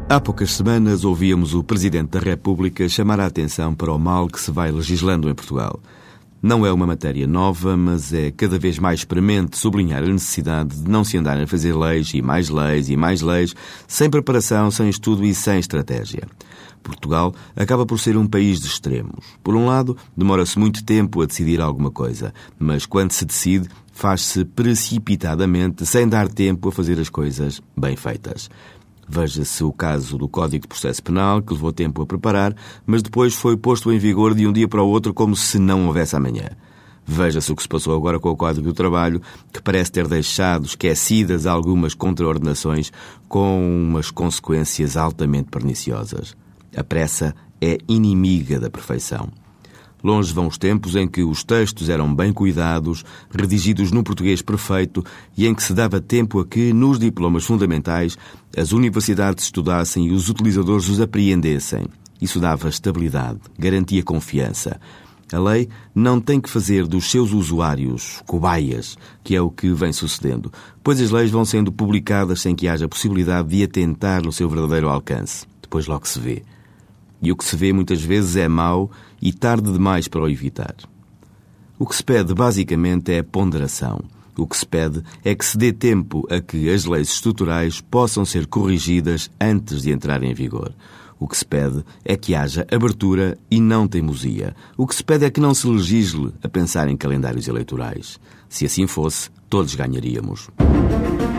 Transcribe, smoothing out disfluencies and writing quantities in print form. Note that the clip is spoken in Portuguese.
Há poucas semanas ouvíamos o Presidente da República chamar a atenção para o mal que se vai legislando em Portugal. Não é uma matéria nova, mas é cada vez mais premente sublinhar a necessidade de não se andar a fazer leis e mais leis e mais leis, sem preparação, sem estudo e sem estratégia. Portugal acaba por ser um país de extremos. Por um lado, demora-se muito tempo a decidir alguma coisa, mas quando se decide, faz-se precipitadamente, sem dar tempo a fazer as coisas bem feitas. Veja-se o caso do Código de Processo Penal, que levou tempo a preparar, mas depois foi posto em vigor de um dia para o outro como se não houvesse amanhã. Veja-se o que se passou agora com o Código do Trabalho, que parece ter deixado esquecidas algumas contraordenações com umas consequências altamente perniciosas. A pressa é inimiga da perfeição. Longe vão os tempos em que os textos eram bem cuidados, redigidos num português perfeito e em que se dava tempo a que, nos diplomas fundamentais, as universidades estudassem e os utilizadores os apreendessem. Isso dava estabilidade, garantia confiança. A lei não tem que fazer dos seus usuários cobaias, que é o que vem sucedendo, pois as leis vão sendo publicadas sem que haja possibilidade de atentar no seu verdadeiro alcance. Depois logo se vê. E o que se vê muitas vezes é mau e tarde demais para o evitar. O que se pede basicamente é ponderação. O que se pede é que se dê tempo a que as leis estruturais possam ser corrigidas antes de entrarem em vigor. O que se pede é que haja abertura e não teimosia. O que se pede é que não se legisle a pensar em calendários eleitorais. Se assim fosse, todos ganharíamos.